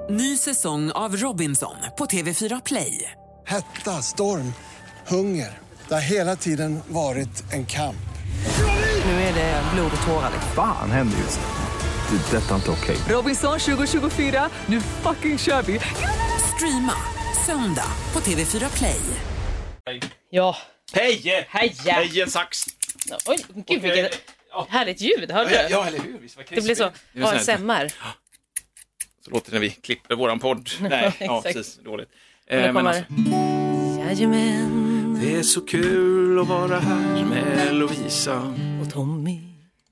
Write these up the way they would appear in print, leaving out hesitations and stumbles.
Ny säsong av Robinson på TV4 Play. Hetta, storm, hunger. Det har hela tiden varit en kamp. Nu är det blod och tårar. Fan händer just nu. Det. Detta är inte okej. Robinson 2024, nu fucking kör vi. Streama söndag på TV4 Play. Ja. Hej! Heja. Hej, en sax. Oj, gud vilket härligt ljud, hörde du? Ja, eller hur? Visst var Det blir så ASMR. Så låter det när vi klipper våran podd. Nej, ja, precis. Dåligt. Men alltså, jajamän. Det är så kul att vara här med Lovisa Och Tommy.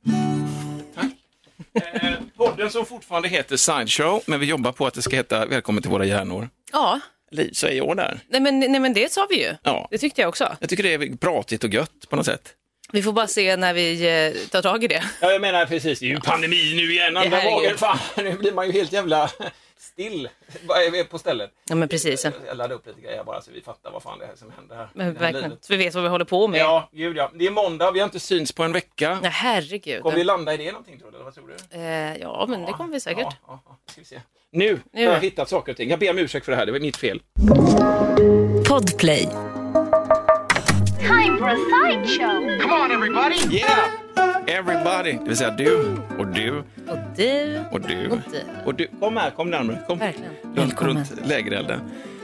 Podden som fortfarande heter Sideshow, men vi jobbar på att det ska heta Välkommen till våra hjärnor. Ja. Lisa är i år där. Nej men det sa vi ju. Ja. Det tyckte jag också. Jag tycker det är pratigt och gött på något sätt. Vi får bara se när vi tar tag i det. Ja, jag menar precis. Det är ju pandemi nu igen. Andra vågen, fan. Nu blir man ju helt jävla still. Vad är vi på stället? Ja, men precis. Jag laddar upp lite grejer bara så vi fattar vad fan det är som händer här. Men verkligen. Så vi vet vad vi håller på med. Ja, gud ja. Det är måndag, vi har inte syns på en vecka. Nej, herregud. Kommer vi landa i det någonting, tror du? Vad tror du? Ja, men det kommer vi säkert. Ja. Ska vi se. Nu har jag hittat saker och ting. Jag ber om ursäkt för det här, det var mitt fel. Podplay. Time for a sideshow. Come on everybody! Yeah! Everybody, det vill säga du och du Och du. och du Och du. och du. Kom här, kom närmare. Kom. Verkligen. Runt lägerelden.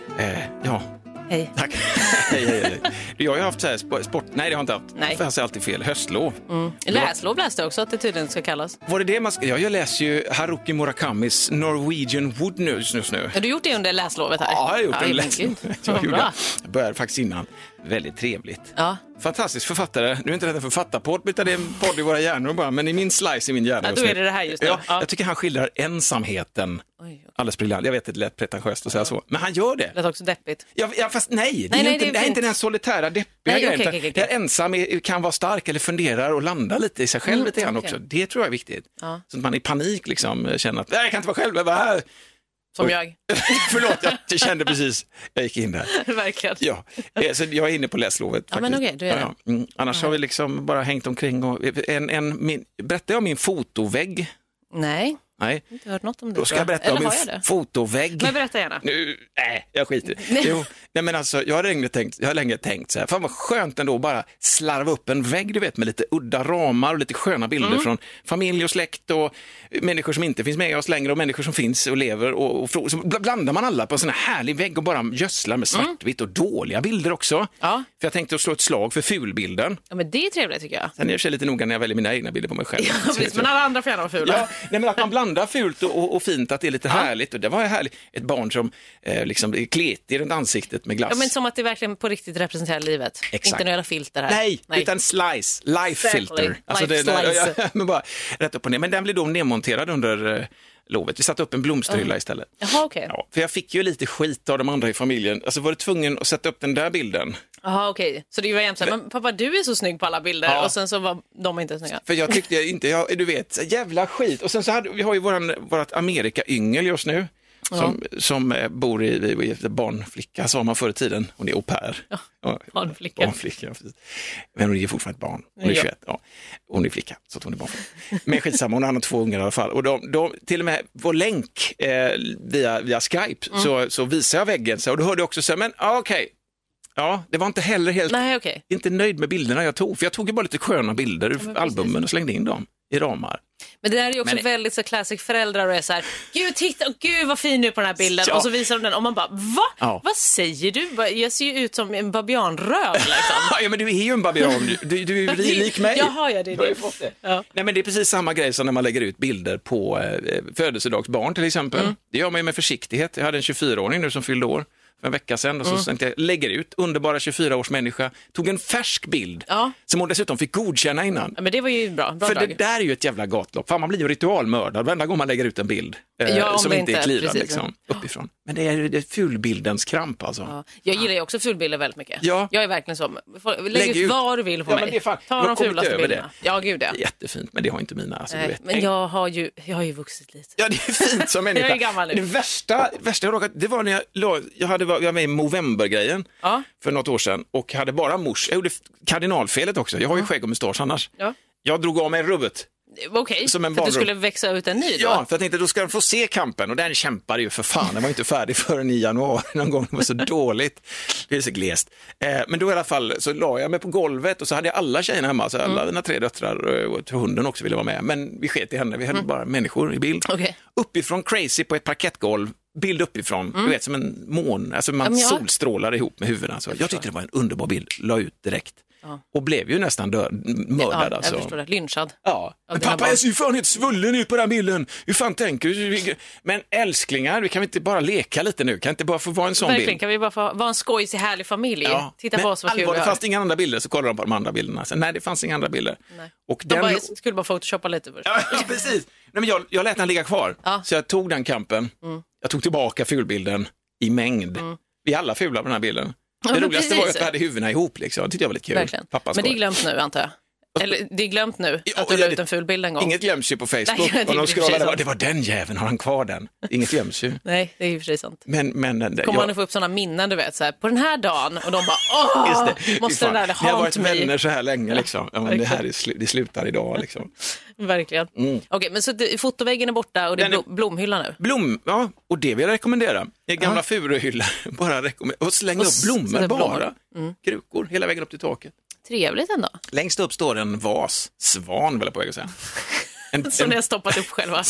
Ja. Hej. Tack. hej. Jag har ju haft så här sport. Nej, det har jag inte haft. Nej. För jag säger alltid fel. Höstlov. Läslov läste jag också att det tydligen ska kallas. Var det man ska... Jag läser ju Haruki Murakamis Norwegian Wood News just nu. Har du gjort det under läslovet här? Ja, jag har gjort en men läsning. gud. Bra. Jag började faktiskt innan. Väldigt trevligt. Ja. Fantastisk författare. Nu är inte det en författarpodd, utan det är en podd i våra hjärnor bara. Men i min slice i min hjärna. Ja, då är det här just nu. Ja, Ja. jag tycker han skildrar ensamheten. Oj. Alldeles briljant. Jag vet att det är lätt pretentiöst att säga så. Men han gör det. Det lät också deppigt. Ja, fast nej. Det är inte den solitära, deppiga grejen. Okay. Det är ensam kan vara stark eller funderar och landa lite i sig själv lite grann också. Det tror jag är viktigt. Ja. Så att man i panik liksom känner att jag kan inte vara själv, jag var här. Som jag. Förlåt, jag kände precis, jag gick in där. Verkligen. Ja, så jag är inne på läslovet. Ja, men okej, du är det. Annars har vi liksom bara hängt omkring och berättar jag om min fotovägg? Nej. Nej. Inte hört något om det. Då ska jag berätta om min fotovägg. Men berätta gärna. Nej, jag skiter i det. Nej, men alltså, jag har länge tänkt så här, fan vad skönt ändå bara slarva upp en vägg, du vet, med lite udda ramar och lite sköna bilder från familj och släkt och människor som inte finns med oss längre och människor som finns och lever och så blandar man alla på en sån här härlig vägg och bara gödslar med svartvitt och dåliga bilder också. Ja. För jag tänkte att slå ett slag för fulbilden. Ja, men det är trevligt tycker jag. Sen är jag lite noga när jag väljer mina egna bilder på mig själv. Ja, precis, men alla andra får gärna vara fula. Ja, nej, men att man blandar fult och fint, att det är lite härligt. Och det var härligt. Ett barn som liksom är kletig runt ansiktet med glass. Ja, men som att det verkligen på riktigt representerar livet. Exakt. Inte några filter här. Nej, utan slice, life filter. Alltså Life men bara rätt upp och ner. Men den blev då nedmonterad under lovet. Vi satte upp en blomsterhylla istället. Jaha, okej. Ja, för jag fick ju lite skit av de andra i familjen. Alltså var du tvungen att sätta upp den där bilden? Jaha, okej. Så det var jämt så här, men pappa, du är så snygg på alla bilder. Ja. Och sen så var de inte snygga. För jag tyckte inte, du vet, jävla skit. Och sen så vi har ju vårat Amerika-yngel just nu. Som bor i barnflicka, sa man förr i tiden. Hon är au pair. Ja, barnflicka. Precis. Men hon är fortfarande ett barn. Hon är 21. Ja. Hon är flicka, så att hon är barnflicka. Men skitsamma, hon har 2 ungar i alla fall. Och de till och med vår länk via Skype så visar jag väggen. Så, och då hörde jag också så här, men okej. Ja, det var inte heller helt inte nöjd med bilderna jag tog. För jag tog ju bara lite sköna bilder ur albumen och slängde in dem i ramar. Men det där är ju också väldigt så classic föräldrar och är så här, gud titta, gud vad fin du är på den här bilden. Ja. Och så visar de den och man bara, va? Ja. Vad säger du? Jag ser ju ut som en babianröv liksom. Ja, men du är ju en babian, du är lik mig. Jaha, ja, det är det. Ja. Nej, men det är precis samma grej som när man lägger ut bilder på födelsedagsbarn till exempel. Det gör man ju med försiktighet. Jag hade en 24-åring nu som fyllde år för en vecka sedan och så tänkte jag lägger ut underbara 24-års människa, tog en färsk bild som hon dessutom fick godkänna innan. Ja, men det var ju bra för drag. det där är ju ett jävla gatlopp. Fan, man blir ju ritualmördad varenda gång man lägger ut en bild som inte är klirad liksom, uppifrån. Men det är fulbildens kramp alltså. Ja. Jag gillar ju också fulbilder väldigt mycket. Ja. Jag är verkligen så. Lägg ut vad du vill på mig. Ta de fulaste bilderna. Ja, gud ja. Jättefint, men det har inte mina. Alltså, du vet. Men jag har ju vuxit lite. Ja, det är fint som människa. Jag är gammal nu. Det värsta jag råkat, det var när jag var med i Movember-grejen för något år sedan och hade bara jag gjorde kardinalfelet också. Jag har ju skägg och mustasch annars. Ja. Jag drog av mig rubbet. Okej, som en för att du barnrum. skulle växa ut en ny då? Ja, för jag tänkte då ska de få se kampen och den kämpade ju för fan. Den var inte färdig förrän i januari någon gång. Det var så dåligt. Det är så glest. Men då i alla fall så la jag mig på golvet och så hade jag alla tjejerna hemma. Så alla mina 3 döttrar och hunden också ville vara med. Men vi sket i henne. Vi hade bara människor i bild. Okay. Uppifrån crazy på ett parkettgolv. Bild uppifrån, du vet som en mån. Alltså man solstrålar ihop med huvudena. Så jag tyckte det var en underbar bild. La ut direkt. Och blev ju nästan mördad. Ja, alltså. jag förstår det. Lynchad. Ja. Men pappa, jag ser ju fan helt svullen ut på den bilden. Hur fan tänker du? Men älsklingar, vi kan inte bara leka lite nu? Kan inte bara få vara en sån Verkligen, bild? Kan vi bara få vara en skojsig, härlig familj? Ja. Titta på oss, vad kul vi det har. fanns inga andra bilder, så kollade de på de andra bilderna. Så, nej, det fanns inga andra bilder. Nej. Och De skulle bara photoshoppa lite först. Ja, precis. Nej, men jag lät den ligga kvar. Ja. Så jag tog den kampen. Jag tog tillbaka fulbilden i mängd. Vi är alla fula på den här bilden. Det roligaste var att vi hade huvudena ihop. Liksom. Det tyckte jag var lite kul. Verkligen. Men det är glömt nu, antar jag. Eller det är glömt nu att du la ut en ful bild en gång. Inget glöms ju på Facebook. Nej, och de scrollade, det var den jäveln, har han kvar den? Inget glöms ju. Nej, det är ju för sig sant. Men kommer man att få upp sådana minnen, du vet, så här, på den här dagen, och de bara, måste den där ni har varit mig. vänner så här länge liksom. Ja, men det slutar idag liksom. Verkligen. Okej, men så fotoväggen är borta och det är blomhylla nu. Ja, och det vill jag rekommendera. Det är gamla furuhylla. Bara rekommendera. Och slänga upp blommor bara. Krukor hela vägen upp till taket. Trevligt ändå. Längst upp står en vas. Svan väl på väg att säga. Som ni har stoppat upp själva.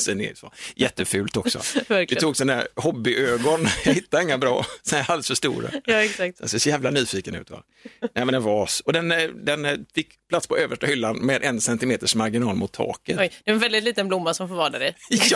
Jättefult också. Vi tog sådana här hobbyögon. Jag hittade inga bra. Så här halvt så stora. Ja, exakt. Jag ser så jävla nyfiken ut, va? Nej, men en vas. Och den fick plats på översta hyllan med 1 centimeters marginal mot taket. Oj, det är en väldigt liten blomma som får vara där i.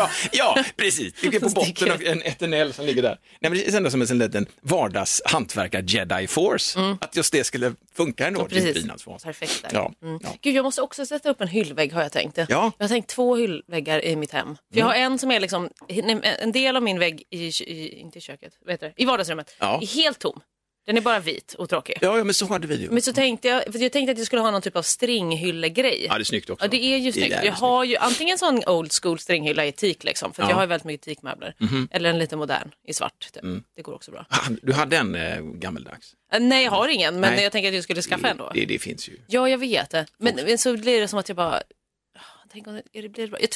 Ja, precis. Det är på botten av en eternell som ligger där. Nej, men det är ändå som en liten vardagshantverkar Jedi Force. Att just det skulle funka ändå. Precis. Perfekt där. Ja. Gud, jag måste också sätta upp en hyllvägg, har jag tänkt. Ja. Jag har tänkt 2 hyllväggar i mitt hem. För jag har en som är liksom, en del av min vägg inte i köket, i vardagsrummet, är helt tom. Den är bara vit och tråkig. Ja, men så hade vi ju. Men så tänkte jag tänkte att jag skulle ha någon typ av stringhyllegrej. Ja, det är snyggt också. Ja, det är ju snyggt. Jag har ju antingen sån old school stringhylla i teak liksom, för att jag har ju väldigt mycket teakmöbler. Eller en lite modern i svart typ. Det går också bra. Du hade en gammeldags? Nej, jag har ingen, men jag tänkte att jag skulle skaffa en då. Det finns ju. Ja, jag vet det. Men så blir det som att jag bara... Tänk om det blir bra. Jag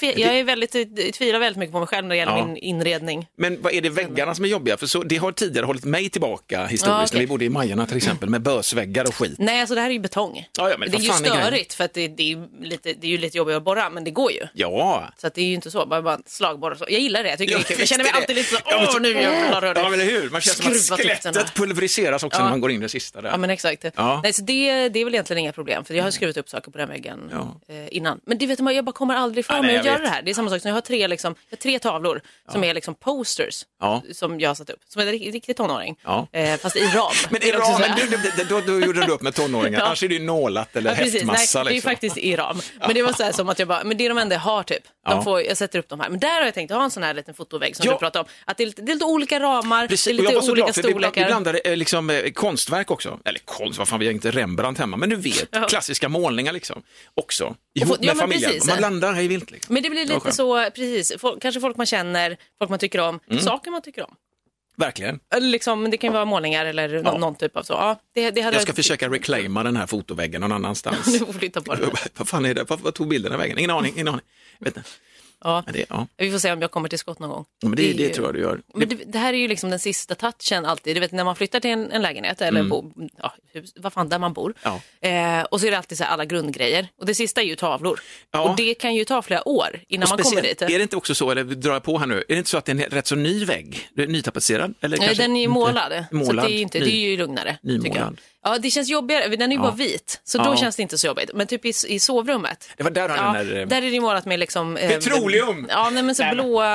tvivlar väldigt mycket på mig själv när det gäller min inredning. Men vad är det väggarna som är jobbiga? För det har tidigare hållit mig tillbaka historiskt när vi bodde i Majerna till exempel med bösväggar och skit. Nej, alltså det här är ju betong. Ja, men det är ju störigt för att det är ju lite jobbigt att borra, men det går ju. Ja. Så att det är ju inte så, bara slagborra så. Jag gillar det, jag tycker det är kul. Jag känner mig alltid lite så, nu är jag rörd. Ja, men hur? Man känner som att skelettet pulveriseras också när man går in det sista där. Ja, men exakt. Ja. Nej, så det är väl egentligen inga problem, för jag har skrivit upp saker på den väggen innan. Men det vet man, jag bara kommer aldrig fram med att göra det här. Det är samma sak som jag har 3 tavlor som är liksom posters som jag har satt upp. Som är en riktig tonåring. Fast i ram. Men i ram, då gjorde du upp med tonåringen. Annars är det ju nålat eller häftmassa. Nej, det är faktiskt i ram. Men det var så här som att jag bara, men det är de enda jag har typ. Jag sätter upp dem här. Men där har jag tänkt att ha en sån här liten fotovägg som du pratade om. Att det är lite olika ramar, det är lite olika storlekar. Vi blandade liksom konstverk också. Eller konst, vad fan, vi har inte Rembrandt hemma. Men du vet, klassiska målningar liksom. Också. Ihop med familjen. Man blandar hej vilt liksom. Men det blir lite så, precis. Kanske folk man känner, folk man tycker om, saker man tycker om. Verkligen. Liksom, det kan vara målningar eller någon typ av så. Ja, det hade jag ska försöka reclaima den här fotoväggen någon annanstans. Du får flytta på den. Vad fan är det? Vad tog bilden av väggen? Ingen aning. Vet inte. Ja. Vi får se om jag kommer till skott någon gång. Ja, men det tror jag du gör. Men det här är ju liksom den sista touchen alltid. Du vet, när man flyttar till en lägenhet eller hus, vad fan, där man bor. Och så är det alltid så här alla grundgrejer. Och det sista är ju tavlor. Och det kan ju ta flera år innan man kommer dit. Är det inte också så, eller drar jag på här nu, är det inte så att det är en rätt så ny vägg? Det är nytapetserad? Eller nej, den är ju målad. Så det är ju lugnare. Nymålad. Ja, det känns jobbigare. Den är ju bara vit. Så då känns det inte så jobbigt. Men typ i sovrummet. Det var där där är det ju målat med liksom... petroleum! Ja, nej, men så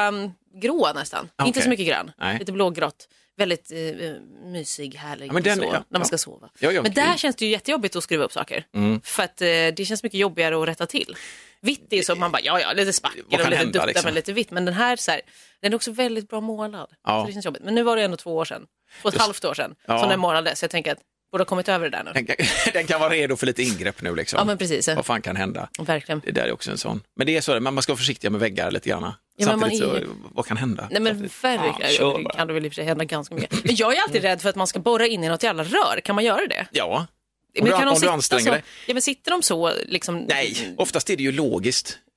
grå nästan. Okay. Inte så mycket grön. Nej. Lite blågrått. Väldigt mysig, härlig när man ska sova. Men där känns det ju jättejobbigt att skruva upp saker. För att det känns mycket jobbigare att rätta till. Vitt är så man bara, lite spackel och lite dutta liksom. Men lite vitt. Men den här så här, den är också väldigt bra målad. Så det känns jobbigt. Men nu var det ändå 2 år sedan. 2,5 år sedan som den målades. Så jag tänker att borde ha kommit över det där nu. Den kan vara redo för lite ingrepp nu liksom. Ja, men precis. Vad fan kan hända? Verkligen. Det där är också en sån. Men det är så, man ska vara försiktig med väggar lite grann. Samtidigt så, vad kan hända? Nej, men verkligen. Det kan det väl i och för sig hända ganska mycket. Men jag är alltid rädd för att man ska borra in i något jävla rör. Kan man göra det? Ja. Men om du anstränger dig. Ja, men sitter de så liksom... Nej, oftast är det ju logiskt.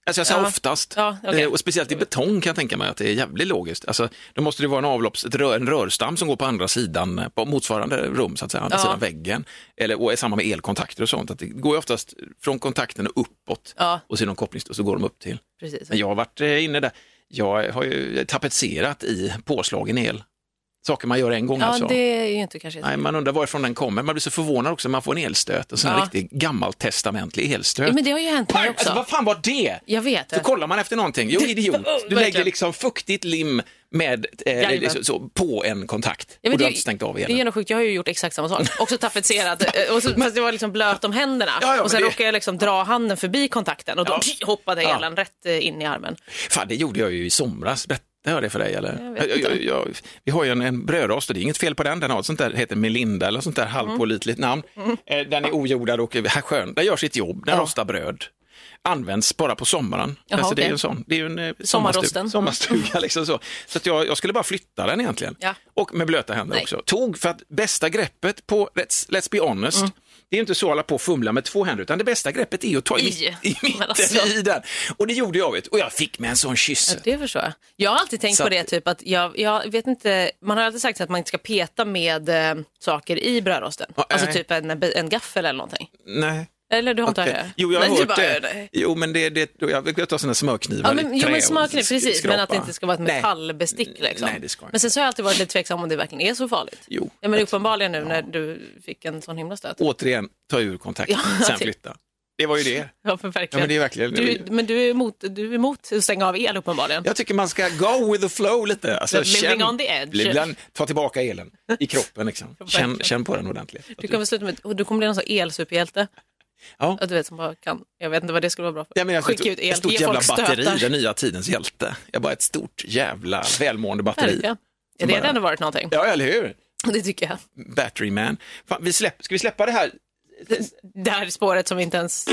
Alltså jag säger oftast, och speciellt i betong kan jag tänka mig att det är jävligt logiskt. Alltså, då måste det vara en rörstam som går på andra sidan, på motsvarande rum så att säga, andra sidan väggen. Och är samma med elkontakter och sånt. Att det går ju oftast från kontakten och uppåt och så är de kopplings och så går de upp till. Precis. Men jag har varit inne där, jag har ju tapetserat i påslagen el. Saker man gör en gång alltså. Ja, det är ju inte kanske. Nej, man undrar varifrån den kommer. Man blir så förvånad också. Man får en elstöt och så en riktigt gammaltestamentlig elstöt. Ja, men det har ju hänt mig också. Alltså, vad fan var det? Jag vet det. Så kollar man efter någonting. Jo, idiot. Du lägger liksom fuktigt lim med så, på en kontakt. Ja, och du har inte stängt av elen. Det är genom sjukt. Jag har ju gjort exakt samma sak. Också tapetserat. Och så, men det var liksom blöt om händerna. Och sen råkade jag liksom dra handen förbi kontakten. Och då hoppade elen rätt in i armen. Fan, det gjorde jag ju i somras. Det hör det för dig, eller? Vi har ju en brödrost och det är inget fel på den. Den har ett sånt där, heter Melinda eller sånt där halvpålitligt namn. Den är ojordad och skön. Den gör sitt jobb, den rostar bröd. Används bara på sommaren. Alltså, det är en sån, det är en sommarstuga liksom så. Så att jag skulle bara flytta den egentligen. Ja. Och med blöta händer också. Tog för att bästa greppet på, let's be honest, det är inte så att hålla på och fumla med 2 händer, utan det bästa greppet är att ta i mitten i den. Och det gjorde jag, och jag fick med en sån kyss. Ja, det förstår jag. Jag har alltid tänkt på det, typ att jag vet inte, man har alltid sagt att man inte ska peta med saker i brödrosten. Alltså typ en gaffel eller någonting. Nej. Eller du har inte det? Jo, jag har hört det. Jo, men jag vill ta sådana smörknivar. Ja, men smörkniv, precis. Men att det inte ska vara ett metallbestick. Liksom. Nej, det ska inte. Men sen så har jag alltid varit lite tveksam om det verkligen är så farligt. Jo. Ja, men uppenbarligen nu när du fick en sån himla stöt. Återigen, ta ur kontakten, sen flytta. Det var ju det. Ja, för verkligen. Ja, men det är verkligen. Men du är emot att stänga av el uppenbarligen. Jag tycker man ska go with the flow lite. Alltså, living on the edge. Ta tillbaka elen i kroppen. Liksom. Känn på den ordentligt. Du kan väl sluta med, du kommer bli någon sån elsuperhjälte. Ja. Du vet, som bara kan. Jag vet inte vad det skulle vara bra för. Jag menar, ett stort jävla batteri, den nya tidens hjälte. Jag bara ett stort jävla välmående batteri. Ja, det hade ändå varit någonting. Ja, eller hur? Det tycker jag. Battery man. Fan, ska vi släppa det här? Det här spåret som inte ens...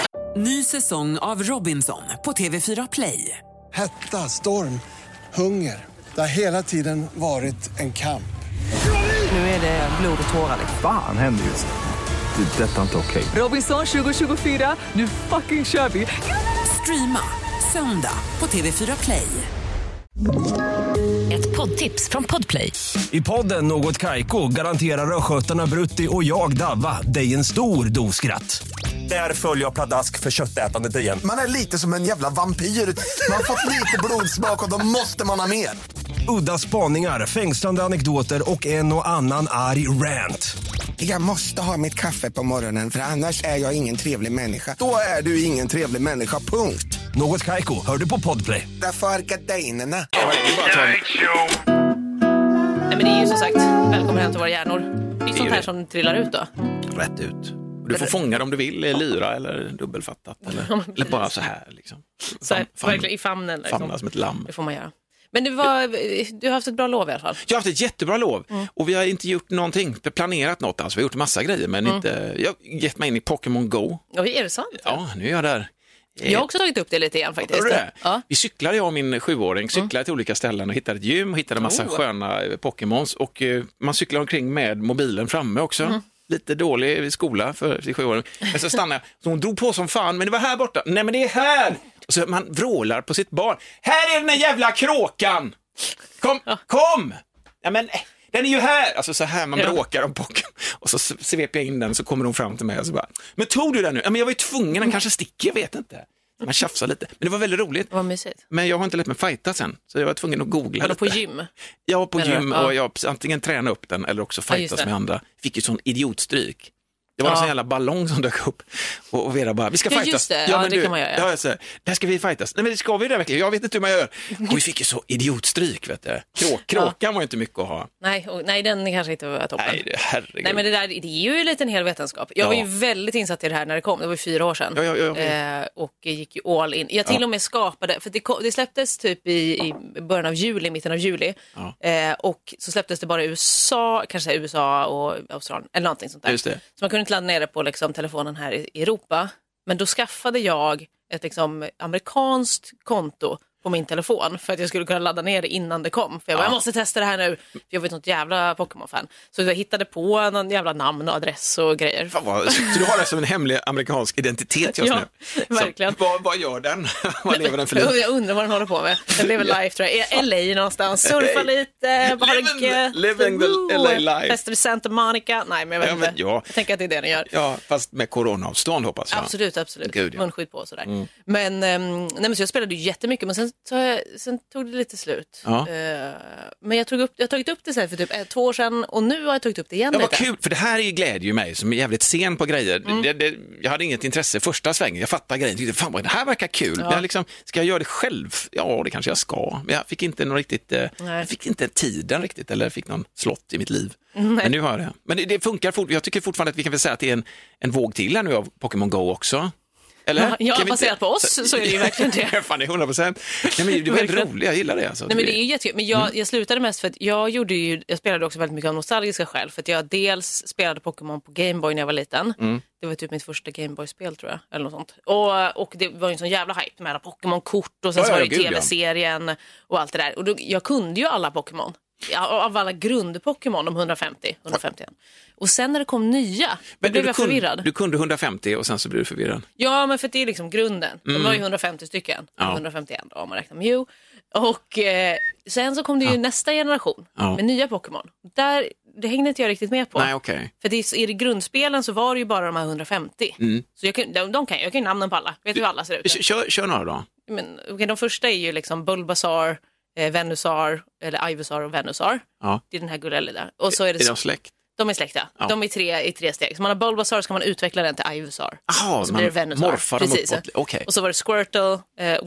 Ny säsong av Robinson på TV4 Play. Hetta, storm, hunger. Det har hela tiden varit en kamp. Nu är det blod och tårar. Fan händer just det. Detta är inte okej. Robinson 2024, nu fucking kör vi. Streama söndag på TV4 Play. Ett poddtips från Podplay. I podden Något Kaiko garanterar röskötarna Brutti och jag Davva dig en stor doskratt. Där följer jag pladask för köttätandet igen. Man är lite som en jävla vampyr. Man har fått lite blodsmak och då måste man ha mer. Udda spaningar, fängslande anekdoter och en och annan arg rant. Jag måste ha mitt kaffe på morgonen för annars är jag ingen trevlig människa. Då är du ingen trevlig människa, punkt. Något Kaiko, hör du på Podplay. Därför är gardinerna. Nej, men det är ju som sagt, välkommen hem till våra hjärnor. Det är sånt här som trillar ut då. Rätt ut. Du får fånga dem du vill, lyra eller dubbelfattat. Eller bara så här. Liksom. Så här, verkligen i famnen. Liksom. Famna som ett lamm. Det får man göra. Men du har haft ett bra lov i alla fall. Jag har haft ett jättebra lov. Och vi har inte gjort någonting, planerat något. Alltså, vi har gjort massa grejer, men inte... Jag har gett mig in i Pokémon Go. Oj, är det sant? Ja, nu är jag där. Jag har också tagit upp det lite igen faktiskt. Ja. Vi cyklade, jag och min 7-åring, cyklade till olika ställen och hittade ett gym, hittade massa sköna Pokémons. Och man cyklar omkring med mobilen framme också. Lite dålig skola för 7-åring. Men så stannade jag. Så hon drog på som fan, men det var här borta. Nej, men det är här! Och så man vrålar på sitt barn. Här är den där jävla kråkan! Kom! Ja, men den är ju här! Alltså så här man bråkar om Pokémon. Och så sveper jag in den, så kommer hon fram till mig och så bara, men tog du den nu? Ja, men jag var ju tvungen, den kanske sticker, jag vet inte. Man tjafsar lite. Men det var väldigt roligt. Det var mysigt. Men jag har inte lätt med fighta sen. Så jag var tvungen att googla lite. Var du på gym? Jag var på gym och jag antingen träna upp den eller också fightas med andra. Fick ju sån idiotstryk. Det var en sån jävla ballong som dök upp. Och Vera bara, vi ska fightas. Just det, men det kan man göra. Ja, där ska vi fightas. Nej, men det ska vi det verkligen. Jag vet inte hur man gör. Och vi fick ju så idiotstryk, vet du. Kråkan var ju inte mycket att ha. Nej, den kanske inte var toppen. Nej, herregud. Nej, men det är ju en liten hel vetenskap. Jag var ju väldigt insatt i det här när det kom. Det var ju 4 år sedan. Och gick ju all in. Jag till och med skapade, för det släpptes typ i början av juli, mitten av juli. Och så släpptes det bara i USA och Australien, eller någonting sånt där. Just det. Så man kunde inte ladda ner det på liksom telefonen här i Europa. Men då skaffade jag ett liksom amerikanskt konto på min telefon för att jag skulle kunna ladda ner det innan det kom. För jag måste testa det här nu, för jag vet något jävla Pokémon-fan. Så jag hittade på någon jävla namn och adress och grejer. Så du har det som en hemlig amerikansk identitet just nu? Verkligen. Vad gör den? Vad lever den för liv? Jag undrar vad den håller på med. Den lever live, tror jag. LA någonstans. Surfa lite. Living the LA life. Festar i Santa Monica. Nej, men jag vet inte. Jag tänker att det är det den gör. Ja, fast med coronaavstånd hoppas jag. Absolut. Gud, ja. Munskydd på och sådär. Men så jag spelade ju jättemycket, men sen tog det lite slut. Ja. Men jag har tagit upp det så här för typ 2 år sedan, och nu har jag tagit upp det igen lite. Vad kul, för det här glädjer ju mig som är jävligt sen på grejer. Jag hade inget intresse första svängen. Jag fattade grejen. Jag tyckte, fan, det här verkar kul. Ja. Ska jag göra det själv? Ja, det kanske jag ska. Men jag fick inte någon riktigt, jag fick inte tiden riktigt, eller fick någon slott i mitt liv. Men nu har jag det. Men det funkar fort. Jag tycker fortfarande att vi kan väl säga att det är en vågtid här nu av Pokémon Go också. Eller? Ja, baserat på oss så är det ju verkligen det. Fan, det är 100%. Nej, men det var väldigt roligt, jag gillar det. Alltså. Nej, men det är ju jättekul. Men jag slutade mest för att jag spelade också väldigt mycket av nostalgiska skäl. För att jag dels spelade Pokémon på Game Boy när jag var liten. Det var typ mitt första Game Boy-spel, tror jag. Eller något sånt. Och det var ju en sån jävla hype med alla Pokémon-kort. Och sen så var det tv-serien och allt det där. Och jag kunde ju alla Pokémon. Av alla grund-Pokémon, de 151. Och sen när det kom nya, då blev jag förvirrad. Du kunde 150 och sen så blev du förvirrad. Ja, men för det är liksom grunden. De var ju 150 stycken. 151 om man räknar Mew. Och sen så kom det ju nästa generation med nya Pokémon. Det hängde inte jag riktigt med på. Nej, okay. För i grundspelen så var det ju bara de här 150. Så jag kan ju namnen på alla. Vet du hur alla ser ut? Kör några då. Men, de första är ju liksom Bulbasaur, Venusaur, eller Ivysaur och Venusaur. Ja. Det är den här gulliga där. Och så är de släkt? De är släkta. Ja. De är i tre steg. Så man har Bulbasaur, så kan man utveckla den till Ivysaur. Jaha, och så blir det Venusaur. Morfar dem uppåt. Okay. Och så var det Squirtle,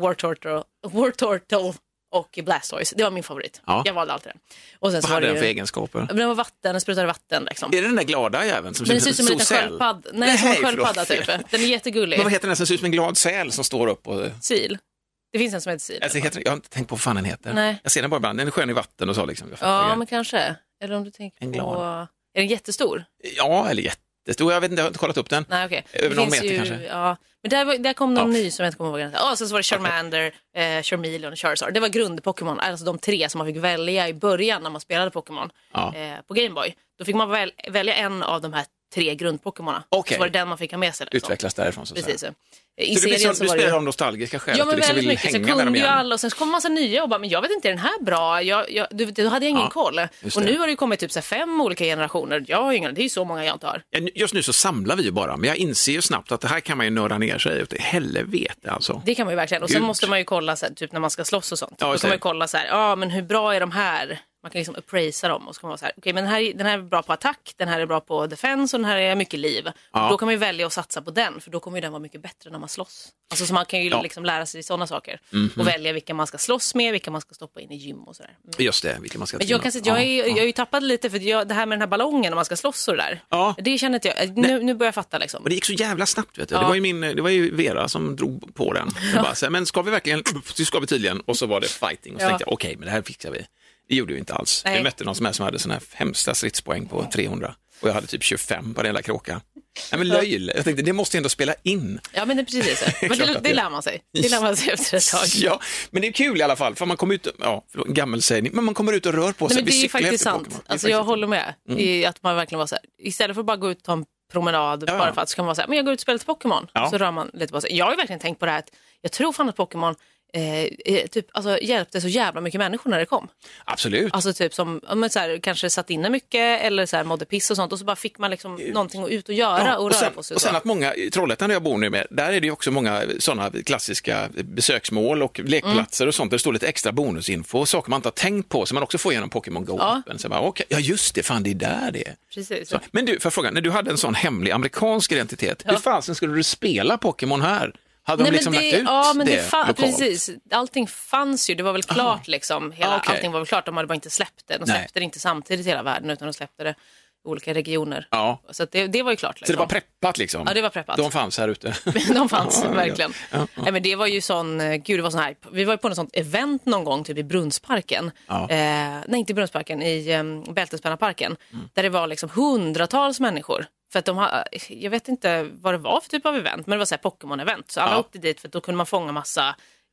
Wartortle och Blastoise. Det var min favorit. Ja. Jag valde alltid den. Och sen vad hade den för egenskaper? Den var vatten, den sprutade vatten liksom. Är det den där glada jäveln som ser ut som en liten sköldpadda? Nej, som en sköldpadda typ. Den är jättegullig. Men vad heter den som ser ut som en glad säl som står upp och... Sil. Det finns en som heter Sil. Alltså, jag har inte tänkt på vad fan den heter. Nej. Jag ser den bara ibland. Den är skön i vatten och så liksom. Ja, men kanske. Eller om du tänker på... Är den jättestor? Ja, eller jättestor. Jag vet inte, jag har inte kollat upp den. Nej, okej. Över någon meter kanske. Ja. Men där kom någon ny som jag inte kommer ihåg. Sen så var det Charmander, Charmeleon och Charizard. Det var grund-Pokémon. Alltså de 3 som man fick välja i början när man spelade Pokémon på Game Boy. Då fick man välja en av de här 3 grund-Pokémonerna. Okay. Så var det den man fick ha med sig. Liksom. Utvecklas därifrån så. Precis. I så du spelar om nostalgiska skäl? Ja, men liksom väldigt mycket. Sen kunde ju alla, och sen kom en massa nya och bara, men jag vet inte, är den här bra? Då hade jag ingen koll. Och nu har det ju kommit typ så 5 olika generationer. Jag har ingen, det är ju så många jag inte har. Just nu så samlar vi ju bara, men jag inser ju snabbt att det här kan man ju nörda ner sig ut i helvete alltså. Det kan man ju verkligen. Och sen måste man ju kolla så här, typ när man ska slåss och sånt. Ja, då kan man ju kolla så här, men hur bra är de här? Man kan liksom appraisa dem och så kan man vara så här, okej, men den här är bra på attack, den här är bra på defense och den här är mycket liv. Ja. Då kan man ju välja att satsa på den, för då kommer ju den vara mycket bättre när man slåss. Alltså så man kan ju liksom lära sig sådana saker. Och välja vilka man ska slåss med, vilka man ska stoppa in i gym och sådär. Just det, vilka man ska... Men jag kan säga att jag är ju tappad lite, för det här med den här ballongen när man ska slåss och det där. Ja. Det känner inte jag. Nu börjar jag fatta liksom. Men det gick så jävla snabbt, vet du. Ja. Det var ju Vera som drog på den. Bara, men ska vi verkligen... Det ska vi tydligen. Och så var det fighting. Och så tänkte jag, okej, men det här fixar vi. Det gjorde vi inte alls. Nej. Jag mötte någon som hade sån här hemska stridspoäng på 300. Och jag hade typ 25 på den hela kråka. Nej, men löjl. Jag tänkte, det måste ändå spela in. Ja, men det är precis så. Men det lär man sig. Det lär man sig efter ett tag. Ja, men det är kul i alla fall. För man kommer ut, en gammelsägning, men man kommer ut och rör på sig. Nej, men det är faktiskt sant. Alltså jag håller med i att man verkligen var så här. Istället för att bara gå ut och ta en promenad bara för att, så kan man vara så här, men jag går ut och spelar lite Pokémon. Så rör man lite på sig. Jag har ju verkligen tänkt på det här att jag tror fan att Pokémon hjälpte så jävla mycket människor när det kom. Absolut. Alltså typ som så här, kanske satt inne mycket eller så här, mådde piss och sånt, och så bara fick man liksom någonting att ut och göra och röra på sig. Och sen att många, i Trollhättan där jag bor nu med, där är det ju också många sådana klassiska besöksmål och lekplatser och sånt där det står lite extra bonusinfo och saker man inte har tänkt på som man också får genom Pokémon Go-appen. Så bara, ja just det, fan det är där det är. Precis. Så, men du, för fråga, när du hade en sån hemlig amerikansk identitet, hur fan skulle du spela Pokémon här? Hade de liksom lagt ut det precis. Allting fanns ju, det var väl klart liksom. Allting var väl klart, de hade bara inte släppt det. De släppte det inte samtidigt i hela världen, utan de släppte det i olika regioner. Ja. Så att det var ju klart. Liksom. Så det var preppat liksom? Ja, det var preppat. De fanns här ute? De fanns, verkligen. Ja. Nej, men det var ju det var sån här, vi var ju på något sånt event någon gång typ i Brunnsparken. Ja. Nej, inte i Brunnsparken, i Bältespännarparken. Där det var liksom hundratals människor. För att jag vet inte vad det var för typ av event, men det var så här Pokémon-event. Så alla åkte dit för att då kunde man fånga massa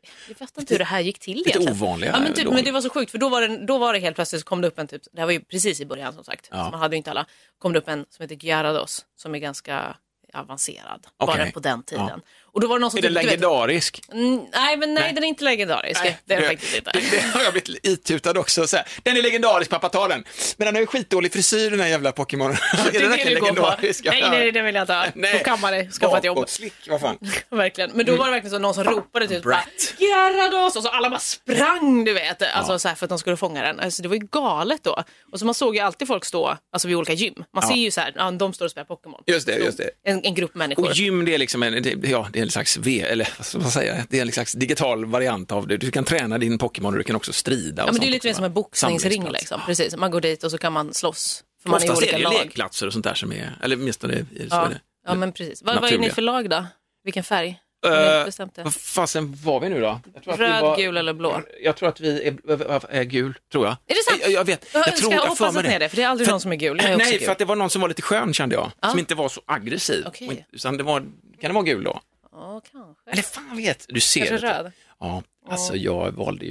Jag vet inte hur det här gick till egentligen. Lite ovanliga. Ja, men det var så sjukt, för då var det helt plötsligt så kom det upp en typ, det här var ju precis i början som sagt, så man hade ju inte alla, kom det upp en som heter Gyarados som är ganska avancerad, bara på den tiden. Ja. Och då var det någon som är den legendarisk? Nej, den är inte legendarisk. Nej, det är den faktiskt inte. Det har jag blivit itutad också. Så här. Den är legendarisk, pappa, ta den. Men den har ju skitdålig frisyr, den här jävla Pokémon. Är den verkligen legendarisk? Nej, den vill jag inte ha. På kammare, skaffa ett jobb. Slick, vad fan. Verkligen. Men då var det verkligen så någon som ropade typ Gyarados, och så alla bara sprang, du vet. Alltså så här, för att de skulle fånga den. Alltså, det var ju galet då. Och så man såg ju alltid folk stå alltså, vid olika gym. Man ser ju så här, de står och spelar Pokémon. Just det. En grupp människor. Och gym, det är liksom det är en slags eller vad ska man säga, det är en slags digital variant av det. Du kan träna din Pokémon och du kan också strida. Ja, men det är lite mer som en boxningsring liksom. Precis, man går dit och så kan man slåss. För man oftast är i olika lag. lekplatser och sånt där som är, eller åtminstone så är det. Ja, men precis. Vad är ni för lag då? Vilken färg? Vad fasen var vi nu då? Jag tror röd, gul eller blå? Jag tror att vi är gul, tror jag. Är det sant? Jag vet. Jag hoppas att det är det, för det är aldrig någon som är gul. Nej, för att det var någon som var lite skön, kände jag. Som inte var så aggressiv. Okay. Kan det vara gul då? Ja, kanske. Eller fan vet, du ser kanske det. Röd. Ja, alltså jag valde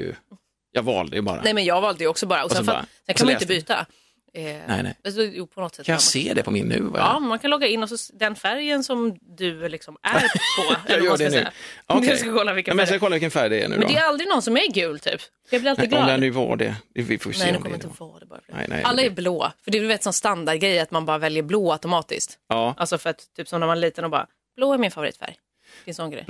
ju bara. Nej, men jag valde ju också bara. Och sen kan man inte byta. Nej. Alltså, på något sätt kan jag se det på min nu? Ja, man kan logga in och så den färgen som du liksom är på. Jag gör det nu. Okay. Du ska kolla vilken färg. Jag ska kolla vilken färg det är nu. Men det är aldrig någon som är gul typ. Jag blir alltid glad. Om det nu var det. Vi får se. Nej, det kommer inte vara det bara. Nej, alla är blå. För det är väl en sån standardgrej att man bara väljer blå automatiskt. Ja. Alltså för att typ som när man är liten och bara, blå är min favoritfärg. Det är en sån grej.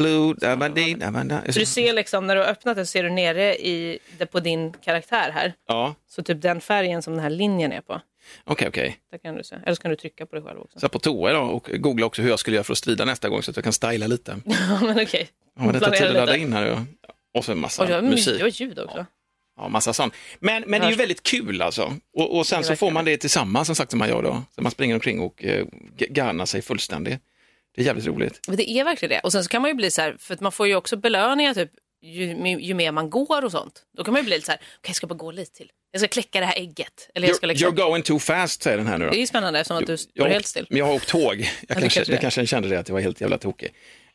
Blue, så du ser liksom, när du har öppnat det så ser du nere på din karaktär här. Ja. Så typ den färgen som den här linjen är på. Okej. Där kan du se. Eller så kan du trycka på det själv också. Så på toa idag och googla också hur jag skulle göra för att strida nästa gång så att jag kan styla lite. Ja, men okej. Ja, det tar tid att ladda in här. Och så en massa musik. Det var ljud också. Ja, massa sånt. Men det är ju väldigt kul alltså. Och sen så får man det tillsammans, som sagt, som man gör då. Så man springer omkring och garnar sig fullständigt. Det är jävligt roligt. Men det är verkligen det. Och sen så kan man ju bli så här, för att man får ju också belöningar typ ju mer man går och sånt. Då kan man ju bli lite så här, okej, jag ska bara gå lite till. Jag ska kläcka det här ägget. Eller jag ska liksom... You're going too fast, säger den här nu då. Det är ju spännande eftersom att du står helt still. Men jag har åkt tåg. Jag kanske kände det att jag var helt jävla tokig.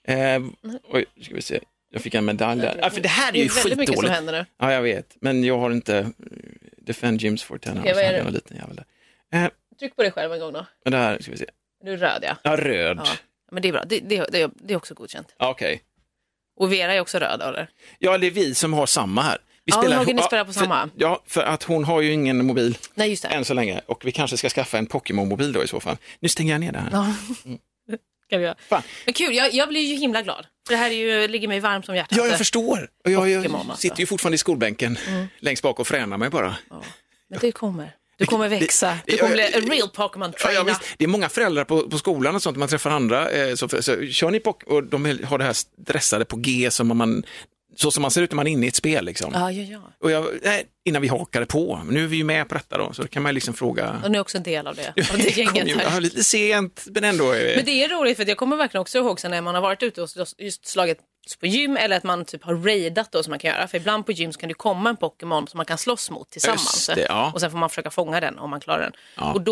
Oj, ska vi se. Jag fick en medalj där. Ja, för det här är ju skitdåligt. Mycket som händer nu. Ja, jag vet. Men jag har inte Defend Gyms for 10 okay, år. Jag var liten jävel där. Tryck på dig själv en gång då. Men det här, ska vi se. Du är röd, ja. Ja, röd. Ja. Men det är bra. Det är också godkänt. Okej. Okay. Och Vera är också röd, eller? Ja, det är vi som har samma här. Ni spelar på samma. För att hon har ju ingen mobil. Nej, just det. Än så länge. Och vi kanske ska skaffa en Pokémon-mobil då i så fall. Nu stänger jag ner det här. Ja. Kan vi göra. Fan. Men kul, jag blir ju himla glad. För det här ligger mig varmt som hjärtat. Ja, jag förstår. Och jag sitter ju fortfarande i skolbänken längst bak och fränar mig bara. Ja. Men det kommer. Du kommer växa. Du kommer bli en real Pokémon trainer. Ja, det är många föräldrar på skolan och sånt. Man träffar andra. Så kör ni och de har det här stressade på G som man... Så som man ser ut när man är inne i ett spel liksom. Ja. Och innan vi hakade på. Men nu är vi ju med på detta då. Så kan man liksom fråga... Och nu är också en del av det. Av det gänget här. Ja, lite sent, men ändå. Men det är roligt för jag kommer verkligen också ihåg sen när man har varit ute och just slagit på gym. Eller att man typ har raidat då som man kan göra. För ibland på gym så kan det komma en Pokémon som man kan slåss mot tillsammans. Det, ja. Och sen får man försöka fånga den om man klarar den. Ja. Och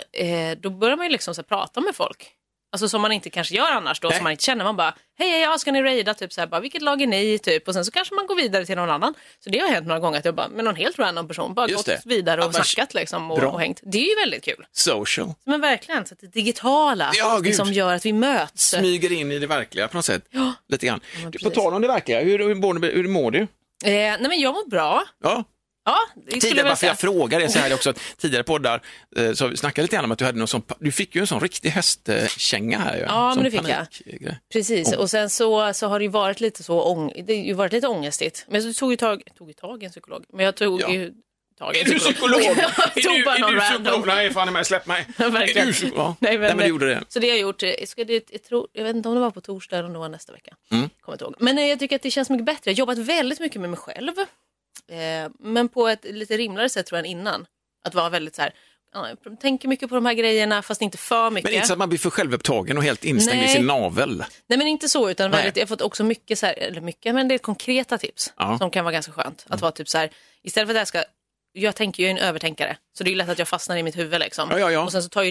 då börjar man ju liksom så här, prata med folk. Alltså som man inte kanske gör annars då, som man inte känner. Man bara, hej, ska ni raida? Typ så här, bara, vilket lag är ni? Typ. Och sen så kanske man går vidare till någon annan. Så det har hänt några gånger att jag bara, med någon helt random person, bara gått vidare och snackat liksom, och hängt. Det är ju väldigt kul. Social. Men verkligen, så att det digitala liksom gör att vi möts. Smyger in i det verkliga på något sätt. Ja. Lite grann. På tal om det verkliga, hur mår du? Nej, men jag mår bra. Ja. Ja, tidigare, varför jag frågar det så här också, tidigare poddar så vi snackade lite grann om att du hade någon sån, du fick ju en sån riktig hästkänga här. Ja, men det fick jag. Precis, och sen så har det ju varit lite det har ju varit lite ångestigt. Men jag tog ju tag i en psykolog. Men jag tog ju tag i en psykolog. Är du psykolog? Nej, fan med, släpp mig. Verkligen. Nej, men du gjorde det. Så det har jag gjort, jag vet inte om det var på torsdag eller om det var nästa vecka. Kommer inte ihåg. Men jag tycker att det känns mycket bättre. Jag har jobbat väldigt mycket med mig själv. Men på ett lite rimligare sätt tror jag än innan. Att vara väldigt så här, tänker mycket på de här grejerna fast inte för mycket. Men inte så att man blir för självupptagen och helt instängd i sin navel. Nej, men inte så, utan väldigt, jag har fått också mycket så här, eller mycket, men det är konkreta tips som kan vara ganska skönt. Att vara typ så här, istället för att jag tänker ju en övertänkare. Så det är ju lätt att jag fastnar i mitt huvud liksom. Ja. Och sen så tar ju det upp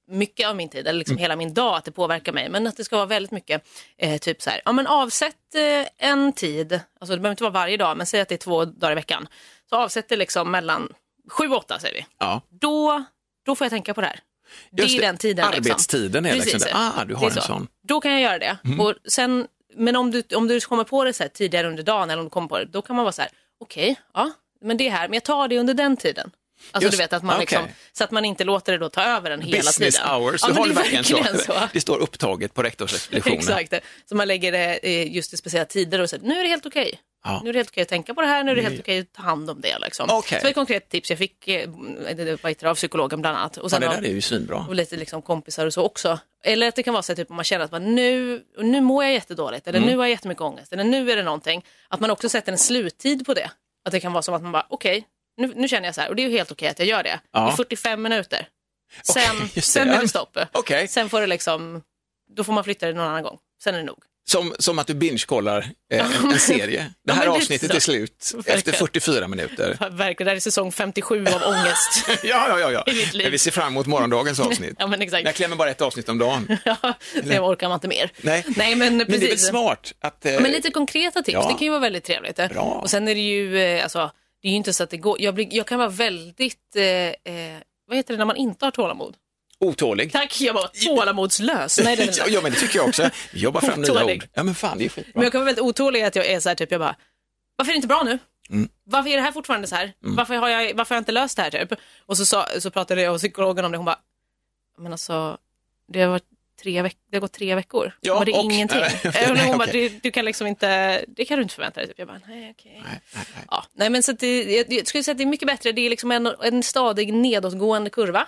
mycket av min tid, eller liksom hela min dag, att det påverkar mig. Men att det ska vara väldigt mycket typ så här, ja men avsätt en tid, alltså det behöver inte vara varje dag, men säg att det är 2 dagar i veckan. Så avsätt det liksom mellan 7-8 säger vi. Ja. Då får jag tänka på det här. Det är den tiden. Arbetstiden är liksom det. Du har en sån. Då kan jag göra det. Och sen, men om du kommer på det så här tidigare under dagen, eller om du kommer på det, då kan man vara så här, okej, ja, men det är här, men jag tar det under den tiden. Alltså du vet att man liksom, så att man inte låter det då ta över den hela business tiden. Business hours, du har det verkligen så. Det står upptaget på rektorsexpeditionen. Exakt, så man lägger det just i speciella tider och säger, nu är det helt okej. Ja. Nu är det helt okej att tänka på det här, nu är det helt okej att ta hand om det. Liksom. Okay. Så ett konkret tips jag fick av psykologen bland annat. Och sen det där är ju svinbra. Och lite liksom kompisar och så också. Eller att det kan vara så typ om man känner att man nu mår jag jättedåligt, eller nu har jag jättemycket ångest, eller nu är det någonting. Att man också sätter en sluttid på det. Att det kan vara som att man bara, okej, nu känner jag så här, och det är ju helt okej att jag gör det. I 45 minuter. Sen är det stopp. Okay. Sen får det liksom, då får man flytta det någon annan gång. Sen är det nog. Som att du binge-kollar en serie. Det här avsnittet är slut efter 44 minuter. Verkligen, det här är säsong 57 av ångest. Ja. Vi ser fram emot morgondagens avsnitt. Ja, men exakt. Jag klämmer bara ett avsnitt om dagen. Det orkar man inte mer. Nej, men det är väl smart. Men lite konkreta tips, det kan ju vara väldigt trevligt. Bra. Och sen är det ju, alltså, det är ju inte så att det går. Jag kan vara väldigt, vad heter det när man inte har tålamod? Otålig. Tack, jag var tålamodslös. Nej, det ja, men det tycker jag också. Vi jobbar fram nya ord. Ja, men fan, det är skitbra. Men jag kan vara väldigt otålig att jag är så här, typ, jag bara, varför är det inte bra nu? Varför är det här fortfarande så här? Varför har jag inte löst det här, typ? Och så pratade jag och psykologen om det, hon bara, men alltså, det har gått 3 veckor. Ja, och det är ingenting. Hon bara, okay. du kan liksom inte, det kan du inte förvänta dig. Typ. Jag bara, nej, okej. Ja, nej, men så att jag skulle säga att det är mycket bättre. Det är liksom en stadig nedåtgående kurva.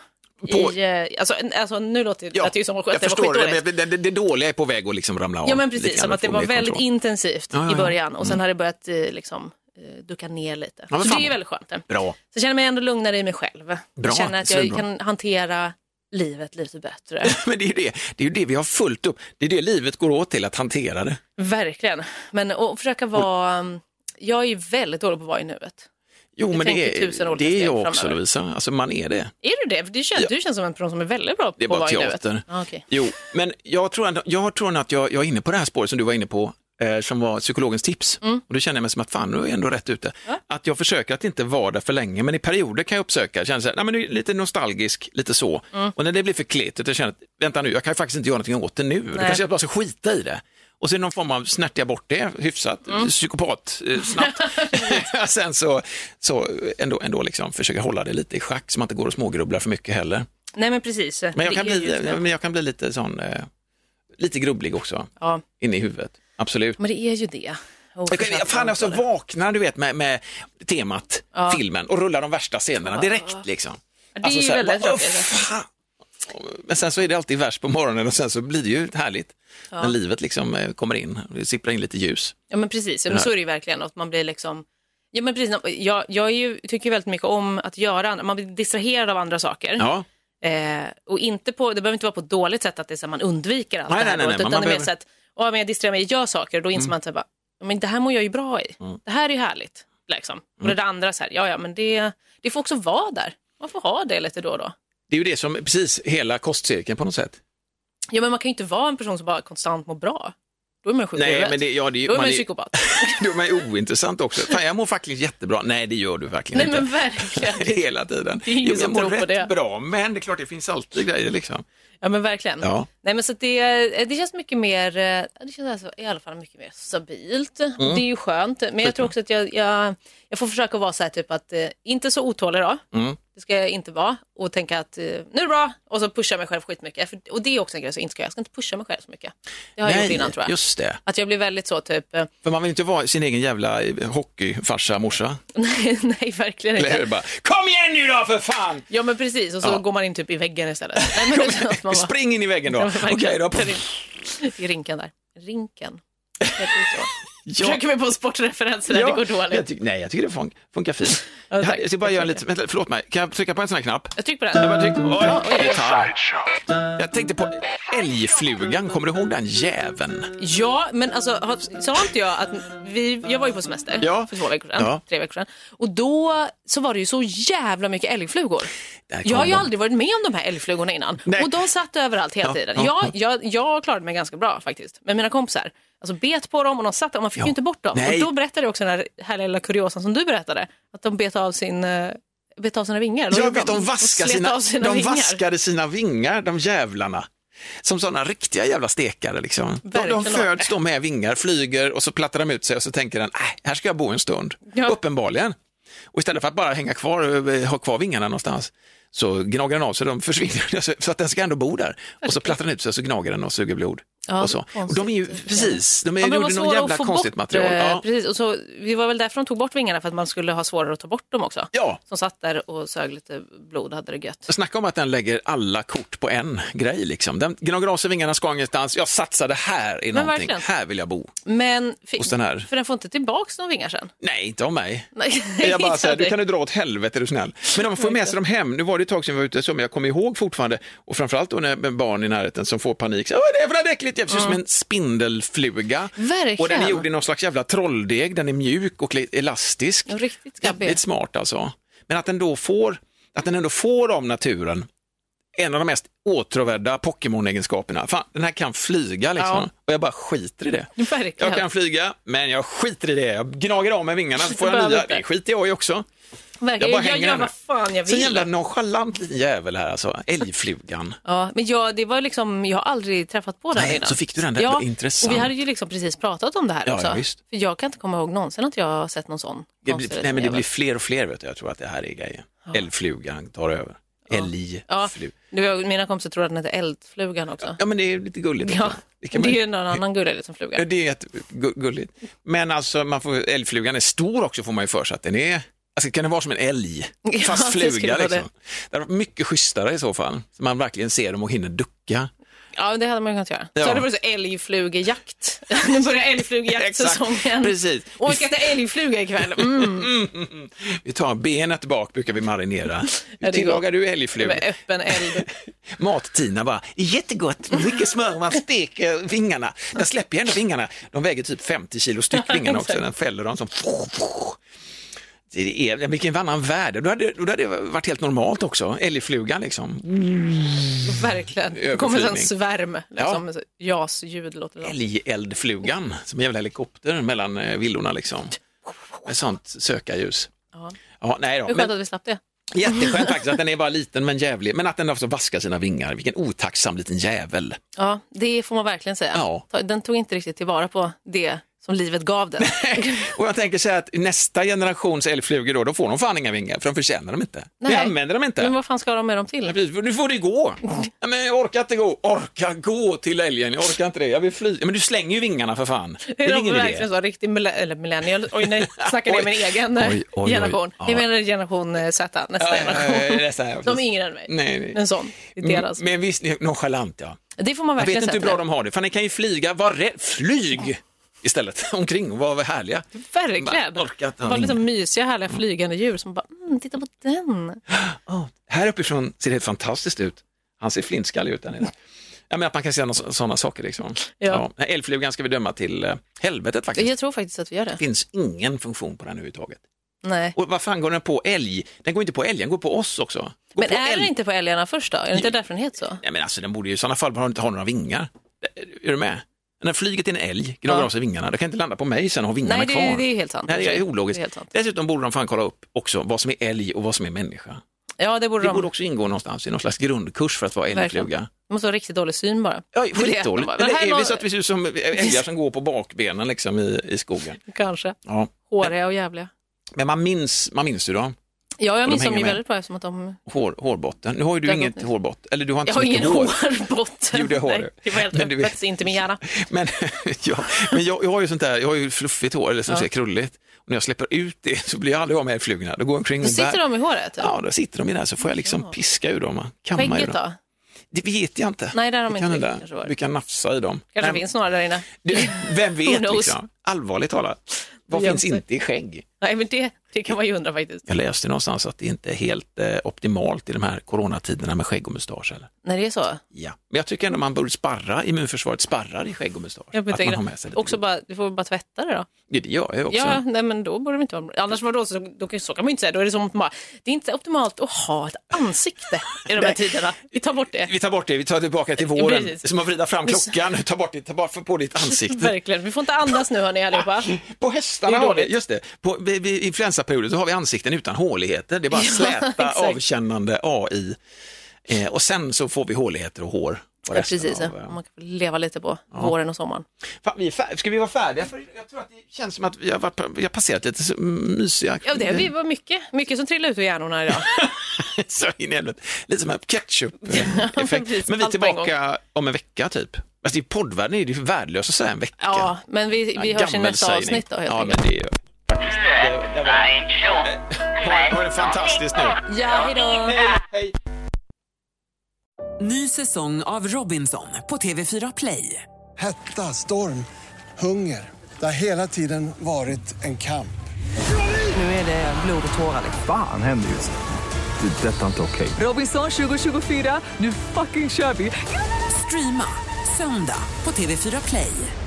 Alltså nu låter det ju som att jag förstår det dåliga är på väg att liksom ramla av. Ja, men precis, som att det var väldigt intensivt i början och sen har det börjat liksom ducka ner lite. Så det är ju väldigt skönt. Bra. Så jag känner mig ändå lugnare i mig själv. Jag känner att jag kan hantera livet lite bättre. Men det är ju det vi har fullt upp. Det är det livet går åt till, att hantera det. Verkligen. Men att försöka vara, jag är ju väldigt dålig på att vara i nuet. Jo, men det är jag också, Lovisa. Alltså man är det. Är du det? För du känns som en person som är väldigt bra på att vara i nuet. Det är bara teater. Okay. Jo, men jag tror att jag är inne på det här spåret som du var inne på, som var psykologens tips. Och då känner jag mig som att fan, nu är jag ändå rätt ute. Att jag försöker att inte vara där för länge, men i perioder kan jag uppsöka. Känner så här, nej, men det är lite nostalgisk, lite så. Och när det blir för kletigt, jag känner att vänta nu, jag kan ju faktiskt inte göra någonting åt det nu. Då kanske jag bara ska skita i det. Och sen någon form av snärtiga bort det, hyfsat, psykopat, snabbt. Sen så ändå liksom försöka hålla det lite i schack, så man inte går och smågrubblar för mycket heller. Nej, men precis. Men jag kan bli lite sån, lite grubblig också, inne i huvudet. Absolut. Men det är ju det. Fan, alltså vaknar du vet med temat, filmen, och rullar de värsta scenerna direkt liksom. Det är ju väldigt tråkigt. Men sen så är det alltid värst på morgonen och sen så blir det ju härligt. När livet liksom kommer in, det sipprar in lite ljus. Ja, men precis, men så är det ju verkligen att man blir liksom, ja men precis, jag tycker väldigt mycket om att göra, man blir distraherad av andra saker. Ja. Och inte på, det behöver inte vara på ett dåligt sätt att det är så man undviker allt det här. Nej, utan det är mer så att, men jag distraherar mig, gör saker, och då inser man att bara, men det här mår jag ju bra i. Det här är ju härligt liksom. Och det andra så här, men det får också vara där. Man får ha det lite då och då. Det är ju det som precis hela kostcirkeln på något sätt. Ja, men man kan ju inte vara en person som bara konstant mår bra. Då är man sjuk. Nej, men då är man psykopat. Då är man ointressant också. Fan, jag mår faktiskt jättebra. Nej, det gör du verkligen inte. Nej, men verkligen. Hela tiden. Det är ingen som tror på det. Jag mår rätt bra, men det är klart det finns alltid grejer liksom. Ja, men verkligen. Ja. Nej, men så det känns mycket mer, det känns alltså i alla fall mycket mer stabilt. Det är ju skönt. Men jag tror också att jag får försöka vara så här typ att inte så otålig då. Det ska jag inte vara. Och tänka att nu är det bra. Och så pushar mig själv skitmycket. Och det är också en grej som jag ska inte pusha mig själv så mycket. Det har jag gjort innan, tror jag. Just det. Att jag blir väldigt så typ. För man vill inte vara sin egen jävla hockeyfarsa, morsa. nej, verkligen inte. Eller bara, kom igen nu då för fan! Ja, men precis. Och så går man in typ i väggen istället. Nej, men spring in i väggen då. Okej, då. I rinken där. Rinken. Försöker vi på sportreferenser där det går dåligt. Jag tycker det funkar fint. Jag ska bara göra lite, förlåt mig, kan jag trycka på en sån här knapp? Jag trycker på den. Jag tänkte på älgflugan, kommer du ihåg den jäveln? Ja, men alltså, sa inte jag att jag var ju på semester för 2 veckor sedan, 3 veckor sedan. Och då så var det ju så jävla mycket älgflugor. Jag har ju aldrig varit med om de här älgflugorna innan. Nej. Och de satt överallt hela tiden. Jag klarade mig ganska bra faktiskt. Men mina kompisar, alltså bet på dem och de satt och man fick ju inte bort dem. Nej. Och då berättade jag också den här lilla kuriosan som du berättade. Att de bet av sina vingar. Jag vet, de vaskade sina vingar, de jävlarna. Som sådana riktiga jävla stekare liksom. De föds då med vingar, flyger och så plattar de ut sig och så tänker den, här ska jag bo en stund. Ja. Uppenbarligen. Och istället för att bara hänga kvar, ha kvar vingarna någonstans, så gnagar den av sig, de försvinner så att den ska ändå bo där. Och så plattar den ut sig och så gnagar den och suger blod. Ja, och så. Och de är ju gjorde någon jävla konstigt material. Ja. Precis, och så vi var väl därför de tog bort vingarna, för att man skulle ha svårare att ta bort dem också. Ja. Som satt där och sög lite blod, hade det gött. Snacka om att den lägger alla kort på en grej liksom. Den gnagar av sig vingarna, ska ingenstans. Jag satsade här i någonting. Verkligen. Här vill jag bo. Men för den får inte tillbaks några vingar sen. Nej, inte av mig. Jag bara säger, du kan du dra åt helvete, är du snäll. Men de får med sig dem hem. Nu var det ett tag sedan vi var ute, så men jag kommer ihåg fortfarande, och framförallt då när barn i närheten som får panik. Så, det är för det äckligt, jag som en spindelfluga. Verkligen. Och den är gjord i någon slags jävla trolldeg, den är mjuk och elastisk. Riktigt skabbig. Det är smart alltså. Men att den ändå får av naturen en av de mest åtråvärda Pokémon-egenskaperna. Fan, den här kan flyga liksom. Ja. Och jag bara skiter i det. Verkligen. Jag kan flyga, men jag skiter i det. Jag gnager av med vingarna, så får jag nya. Det skiter jag i också. Verkligen. Jag gör vad fan jag vill. Så jävla nonchalant liten jävel här alltså. Älgflugan. Ja, men det var liksom, jag har aldrig träffat på den innan. Så fick du den där intressant. Och vi hade ju liksom precis pratat om det här också. Ja, visst. För jag kan inte komma ihåg någonsin att jag har sett någon sån. Men det blir fler och fler, vet du. Jag tror att det här är grejen. Ja. Älgflugan tar över. Älgflugan. Ja, mina kompisar tror att den heter eldflugan också. Ja, men det är lite gulligt. Ja, det är ju någon annan gullig som fluga. Det är gulligt. Men alltså, älgflugan är stor också, får man ju för sig att den är. Alltså kan det vara som en älg, fast fluga liksom. Det är mycket schysstare i så fall. Så man verkligen ser dem och hinner ducka. Ja, det hade man kunnat göra. Så hade det varit så älgflugejakt. Nu börjar älgflugejaktsäsongen. Precis. Och vi ska äta älgfluga ikväll. Vi tar benet bak, brukar vi marinera. Tillagar du älgfluga? Med öppen eld. Mat-Tina bara, jättegott, mycket smör, man steker vingarna. Jag släpper ändå vingarna. De väger typ 50 kilo styck vingarna också. Den fäller dem som... Vilken annan värld. Då hade det varit helt normalt också. Älgflugan liksom. Verkligen. Det kommer en svärm. Liksom, jasljud låter det. Älgeldflugan. Som en jävla helikopter mellan villorna liksom. Med sånt sökarljus. Ja, nej då. Det är skönt att vi slapp det. Jätteskönt faktiskt att den är bara liten men jävlig. Men att den också vaskar sina vingar. Vilken otacksam liten jävel. Ja, det får man verkligen säga. Ja. Den tog inte riktigt tillvara på det som livet gav den. Och jag tänker säga att nästa generations älgflugor då får de fan inga vingar, för de förtjänar dem inte. Vi använder dem inte. Men vad fan ska de med dem till? Nu får det gå. Ja, men jag orkar inte gå. Gå till älgen. Jag orkar inte det. Jag vill fly. Men du slänger ju vingarna för fan. Det är ingen idé. Så riktig millennial. Oj, nej, snackar ni min egen generation. Jag menar generation Z, nästa generation. De är yngre än mig. Nej. En sån. Men visst, nonchalant, ja. Det får man verkligen säga. Jag vet inte hur bra de har det. För ni kan ju flyga. Var rädd. Flyg! Istället omkring och var härliga. Verkligen. Det var liksom mysiga, härliga flygande djur som bara, titta på den. Här uppifrån ser det helt fantastiskt ut. Han ser flintskallig ut där nere. Ja, men att man kan se sådana saker liksom. Ja. Älgflugan ska vi döma till helvetet faktiskt. Jag tror faktiskt att vi gör det. Det finns ingen funktion på den överhuvudtaget. Nej. Och vad fan går den på älg? Den går inte på älgen, den går på oss också. Men är den inte på älgarna först då? Är det inte därför den heter så? Ja, men alltså den borde ju i sådana fall bara inte ha några vingar. Är du med? När flyget är en älg, gnagar av sig vingarna. Det kan inte landa på mig sen och ha vingarna kvar. Nej, det är helt sant. Nej, det är ologiskt. Dessutom borde de fan kolla upp också vad som är älg och vad som är människa. Ja, det borde också ingå någonstans i någon slags grundkurs för att vara älgfluga. Det måste vara riktigt dålig syn bara. Ja, skitdåligt. Eller är vi så att vi ser ut som älgar som går på bakbenen liksom i skogen? Kanske. Ja. Håriga och jävliga. Men man minns ju då. Ja, jag minns dem ju väldigt bra eftersom att de... Hårbotten. Nu har ju du inget hårbott. Eller du har inte jag har ingen hårbotten. Jo, det har du. Det var helt öppet, så inte min hjärna. Men jag har ju sånt där, jag har ju fluffigt hår eller som ser krulligt. Och när jag släpper ut det så blir jag aldrig av med flugorna. Då går omkring och sitter de i håret? Ja, då sitter de i där så får jag liksom piska ur dem. Skägget då? Det vet jag inte. Nej, där har de inte kanske varit. Vi kan nafsa i dem. Kanske finns några där inne. Vem vet liksom? Allvarligt talat. Vad finns inte i skägg? Nej, men det kan man ju undra faktiskt. Jag läste någonstans att det inte är helt optimalt i de här coronatiderna med skägg och mustasch. Eller? När det är så? Ja, men jag tycker ändå man borde immunförsvaret sparrar i skägg och mustasch. Jag har med sig också du får bara tvätta det då. Ja, det gör jag också. Ja, nej, men då borde det inte vara. Annars var det så kan man inte säga. Då är det som att det är inte optimalt att ha ett ansikte i de här tiderna. Vi tar bort det. Vi tar tillbaka till våren. Precis. Som att vrida fram klockan. Ta bort på ditt ansikte. Verkligen. Vi får inte andas nu, hörni allihopa. På hästarna har vi, just det. I influensaperioden så har vi ansikten utan håligheter. Det är bara släta, avkännande AI. Och sen så får vi håligheter och hår. Precis, man kan leva lite på våren och sommaren. Ska vi vara färdiga? För jag tror att det känns som att vi har passerat lite mysiga. Ja, det var mycket som trillar ut ur hjärnorna idag. Så lite som en ketchup-effekt. Men vi är tillbaka om en vecka typ. Alltså i poddvärlden är det ju värdelöst att säga en vecka. Ja, men vi hörs i nästa avsnitt då helt enkelt. Men det är ju var det fantastiskt nu. Ja, hejdå. Hej. Ny säsong av Robinson på TV4 Play. Hetta, storm, hunger. Det har hela tiden varit en kamp. Nu är det blod och tårar. Fan händer just det. Detta är inte okej. Robinson 2024, nu fucking kör vi. Streama söndag på TV4 Play.